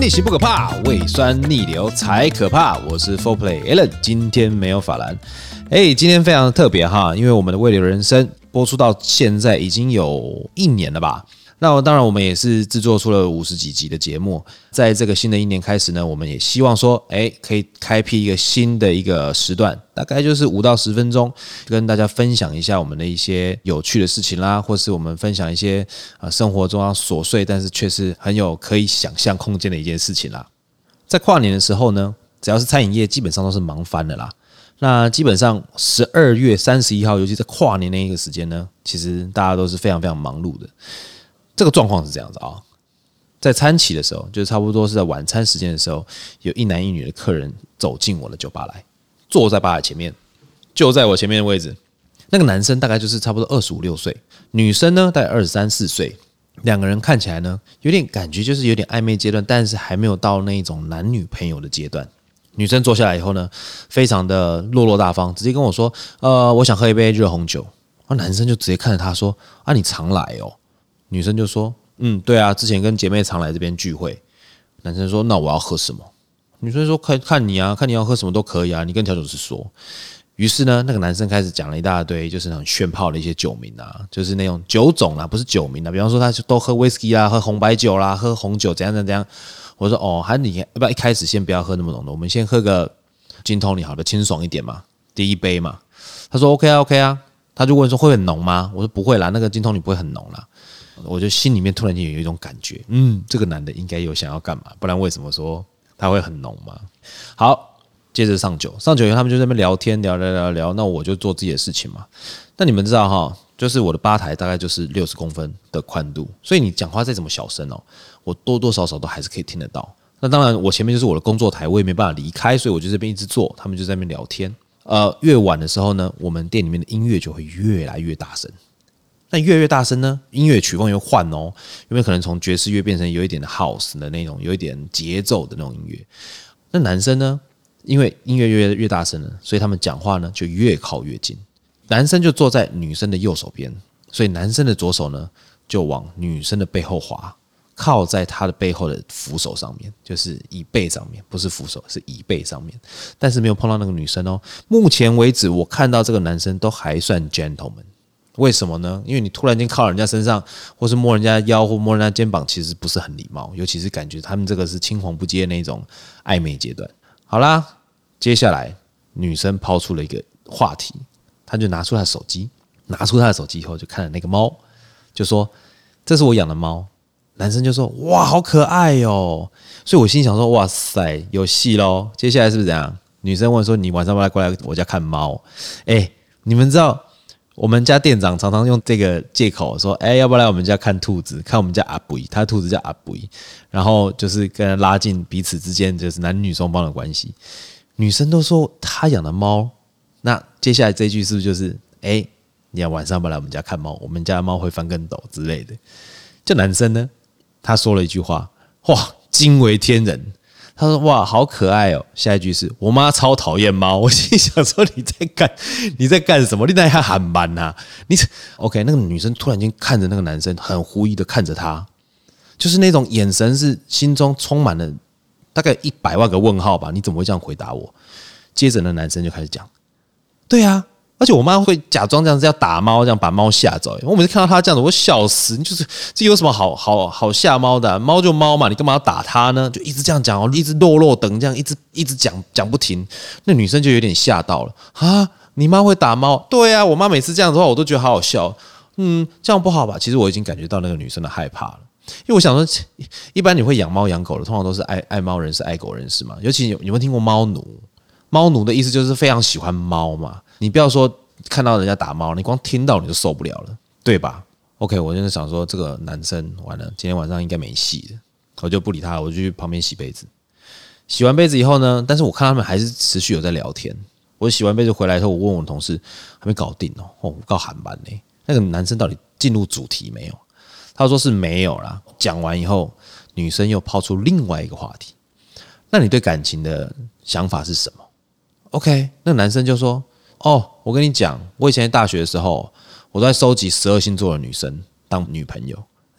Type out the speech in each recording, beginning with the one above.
逆袭不可怕，胃酸逆流才可怕。我是 4Play Alan， 今天没有法兰。今天非常特别哈，因为我们的胃流人生播出到现在已经有1年了吧。那当然我们也是制作出了50几集的节目，在这个新的一年开始呢，我们也希望说可以开辟一个新的一个时段，大概就是5到10分钟，跟大家分享一下我们的一些有趣的事情啦，或是我们分享一些生活中琐碎但是却是很有可以想象空间的一件事情啦。在跨年的时候呢，只要是餐饮业基本上都是忙翻了啦。那基本上12月31号，尤其在跨年那一个时间呢，其实大家都是非常非常忙碌的。这个状况是这样子啊，在餐期的时候，就是差不多是在晚餐时间的时候，有一男一女的客人走进我的酒吧来，坐在吧台前面，就在我前面的位置。那个男生大概就是差不多25、26岁，女生呢大概23、24岁，两个人看起来呢有点感觉就是有点暧昧阶段，但是还没有到那一种男女朋友的阶段。女生坐下来以后呢，非常的落落大方，直接跟我说，我想喝一杯热红酒。男生就直接看着他说，你常来哦。女生就说，对啊，之前跟姐妹常来这边聚会。男生说，那我要喝什么？女生说，看你啊，看你要喝什么都可以啊，你跟调酒师说。于是呢，那个男生开始讲了一大堆，就是那种炫炮的一些酒名啊，就是那种酒种啊，不是酒名啊，比方说他都喝 whisky 啦，喝红白酒啦，喝红酒怎样怎样。我说你要不要一开始先不要喝那么浓的，我们先喝个gin tonic好的，清爽一点嘛，第一杯嘛。他说 OK 啊，他就问说会很浓吗？我说不会啦，那个gin tonic不会很浓啦。我就心里面突然间有一种感觉，这个男的应该有想要干嘛，不然为什么说他会很浓嘛？好，接着上酒以后他们就在那边聊天，聊，那我就做自己的事情嘛。那你们知道哈，就是我的吧台大概就是60公分的宽度，所以你讲话再怎么小声我多多少少都还是可以听得到。那当然，我前面就是我的工作台，我也没办法离开，所以我就这边一直坐，他们就在那边聊天。越晚的时候呢，我们店里面的音乐就会越来越大声。那越来越大声呢，音乐曲风又换有没有可能从爵士乐变成有一点的 house 的那种，有一点节奏的那种音乐？那男生呢，因为音乐越大声了，所以他们讲话呢就越靠越近。男生就坐在女生的右手边，所以男生的左手呢就往女生的背后滑，靠在他的背后的扶手上面，就是椅背上面，不是扶手，是椅背上面。但是没有碰到那个女生目前为止，我看到这个男生都还算 gentleman。为什么呢？因为你突然间靠人家身上，或是摸人家腰或摸人家肩膀，其实不是很礼貌，尤其是感觉他们这个是青黄不接的那种暧昧阶段。好啦，接下来女生抛出了一个话题，她就拿出她的手机以后就看了那个猫，就说这是我养的猫。男生就说哇好可爱哦，所以我心想说哇塞有戏咯。接下来是不是这样？女生问说你晚上要不要过来我家看猫？你们知道我们家店长常常用这个借口说，要不要来我们家看兔子，看我们家阿布，他的兔子叫阿布，然后就是跟他拉近彼此之间就是男女双方的关系。女生都说他养的猫，那接下来这一句是不是就是你要晚上不来我们家看猫，我们家的猫会翻跟斗之类的？这男生呢，他说了一句话，哇，惊为天人。他说哇好可爱哦，下一句是我妈超讨厌猫。我心想说你在干什么？你在喊慢啊？OK？ 那个女生突然间看着那个男生，很狐疑的看着他，就是那种眼神是心中充满了大概100万个问号吧。你怎么会这样回答我？接着那男生就开始讲，对啊，而且我妈会假装这样子要打猫，这样把猫吓走。我每次看到她这样子，我笑死。就是这有什么好吓猫的猫就猫嘛，你干嘛要打它呢？就一直这样讲一直落等这样一直讲不停。那女生就有点吓到了啊！你妈会打猫？对啊，我妈每次这样的话，我都觉得好好笑。这样不好吧？其实我已经感觉到那个女生的害怕了，因为我想说，一般你会养猫养狗的，通常都是爱猫人士、爱狗人士嘛。尤其有没有听过猫奴？猫奴的意思就是非常喜欢猫嘛。你不要说看到人家打猫，你光听到你就受不了了，对吧 ？OK， 我就是想说这个男生完了，今天晚上应该没戏了，我就不理他了，我就去旁边洗杯子。洗完杯子以后呢，但是我看他们还是持续有在聊天。我洗完杯子回来以后，我问我的同事还没搞定我告喊班呢。那个男生到底进入主题没有？他说是没有啦。讲完以后，女生又抛出另外一个话题，那你对感情的想法是什么 ？OK， 那男生就说。我跟你讲，我以前在大学的时候，我都在收集12星座的女生当女朋友。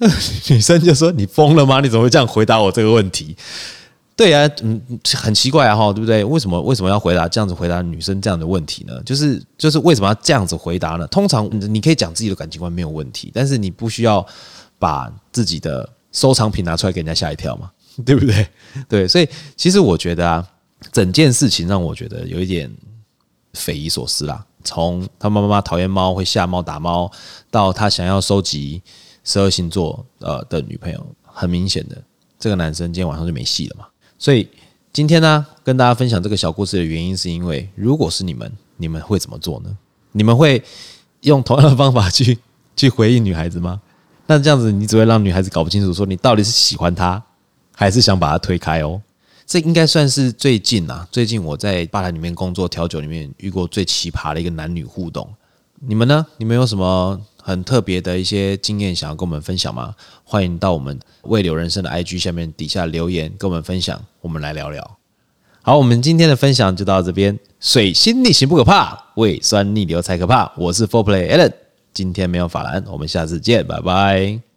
女生就说你疯了吗？你怎么会这样回答我这个问题？对啊，很奇怪啊，对不对？为什么要这样子回答女生这样的问题呢？就是为什么要这样子回答呢？通常你可以讲自己的感情观没有问题，但是你不需要把自己的收藏品拿出来给人家吓一跳嘛，对不对？对，所以其实我觉得啊，整件事情让我觉得有一点匪夷所思啦。从他妈妈讨厌猫，会吓猫打猫，到他想要收集12星座的女朋友，很明显的，这个男生今天晚上就没戏了嘛。所以今天呢，跟大家分享这个小故事的原因，是因为如果是你们会怎么做呢？你们会用同样的方法去回应女孩子吗？那这样子，你只会让女孩子搞不清楚，说你到底是喜欢她，还是想把她推开哦。这应该算是最近我在吧台里面工作调酒里面遇过最奇葩的一个男女互动。你们呢？你们有什么很特别的一些经验想要跟我们分享吗？欢迎到我们未留人生的 IG 下面底下留言跟我们分享，我们来聊聊。好，我们今天的分享就到这边。水星逆行不可怕，胃酸逆流才可怕。我是 4Play Alan， 今天没有法兰，我们下次见，拜拜。